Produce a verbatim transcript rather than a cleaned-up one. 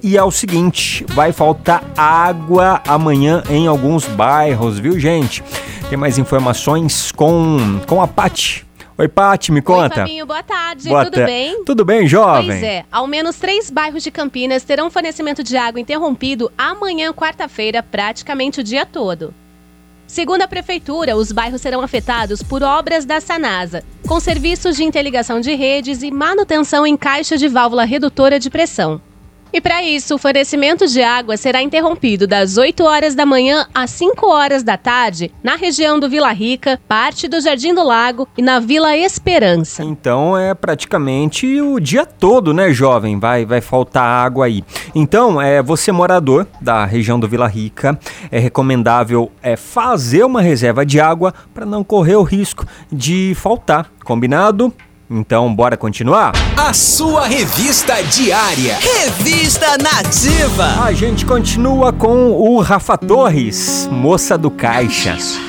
e é o seguinte, vai faltar água amanhã em alguns bairros, viu, gente? Tem mais informações com, com a Paty. Oi, Paty, me conta. Oi, Fabinho, boa tarde, boa tudo ta- bem? Tudo bem, jovem? Pois é, ao menos três bairros de Campinas terão fornecimento de água interrompido amanhã, quarta-feira, praticamente o dia todo. Segundo a Prefeitura, os bairros serão afetados por obras da Sanasa, com serviços de interligação de redes e manutenção em caixa de válvula redutora de pressão. E para isso, o fornecimento de água será interrompido das oito horas da manhã às cinco horas da tarde, na região do Vila Rica, parte do Jardim do Lago e na Vila Esperança. Então é praticamente o dia todo, né, jovem? Vai, vai faltar água aí. Então, é, você morador da região do Vila Rica, é recomendável é, fazer uma reserva de água para não correr o risco de faltar. Combinado? Então, bora continuar? A sua revista diária. Revista Nativa. A gente continua com o Rafa Torres, moça do caixa.